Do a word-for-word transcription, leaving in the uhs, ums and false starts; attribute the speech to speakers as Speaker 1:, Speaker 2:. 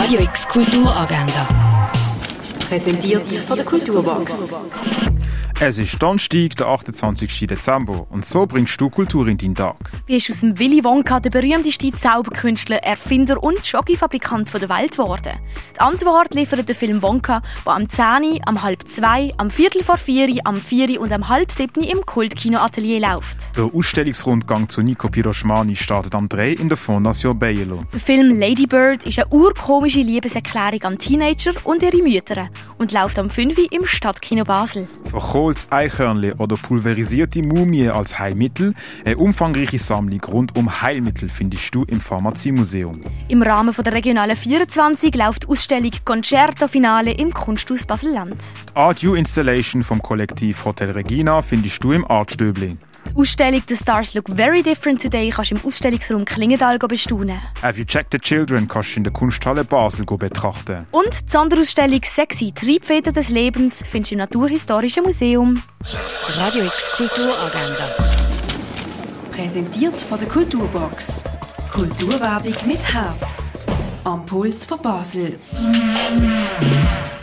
Speaker 1: Radio X Kulturagenda.
Speaker 2: Präsentiert von der Kulturbox.
Speaker 3: Es ist Donnerstag, der achtundzwanzigsten Dezember, und so bringst du Kultur in deinen Tag.
Speaker 4: Wie ist aus dem Willy Wonka der berühmteste Zauberkünstler, Erfinder und Schokifabrikant der Welt geworden? Die Antwort liefert der Film Wonka, der am zehn, am halb zwei, am viertel vor vier, am vier und am halb sieben im Kultkino-Atelier läuft.
Speaker 3: Der Ausstellungsrundgang zu Nico Piroschmani startet am drei in der Fondation Bielo.
Speaker 4: Der Film Lady Bird ist eine urkomische Liebeserklärung an Teenager und ihre Mütter und läuft am fünf im Stadtkino Basel.
Speaker 3: Verkohltes Eichhörnli oder pulverisierte Mumie als Heilmittel. Eine umfangreiche Sammlung rund um Heilmittel findest du im Pharmaziemuseum.
Speaker 4: Im Rahmen der Regionalen vierundzwanzig läuft die Ausstellung Concerto Finale im Kunsthaus Basel-Land.
Speaker 3: Die Art U Installation vom Kollektiv Hotel Regina findest du im Artstöbli.
Speaker 4: Die Ausstellung «The Stars Look Very Different Today» kannst du im Ausstellungsraum Klingenthal bestaunen.
Speaker 3: «Have You Checked the Children» kannst du in der Kunsthalle Basel betrachten.
Speaker 4: Und die Sonderausstellung «Sexy Triebfeder des Lebens» findest du im Naturhistorischen Museum.
Speaker 1: Radio X Kulturagenda.
Speaker 2: Präsentiert von der Kulturbox. Kulturwerbung mit Herz. Am Puls von Basel.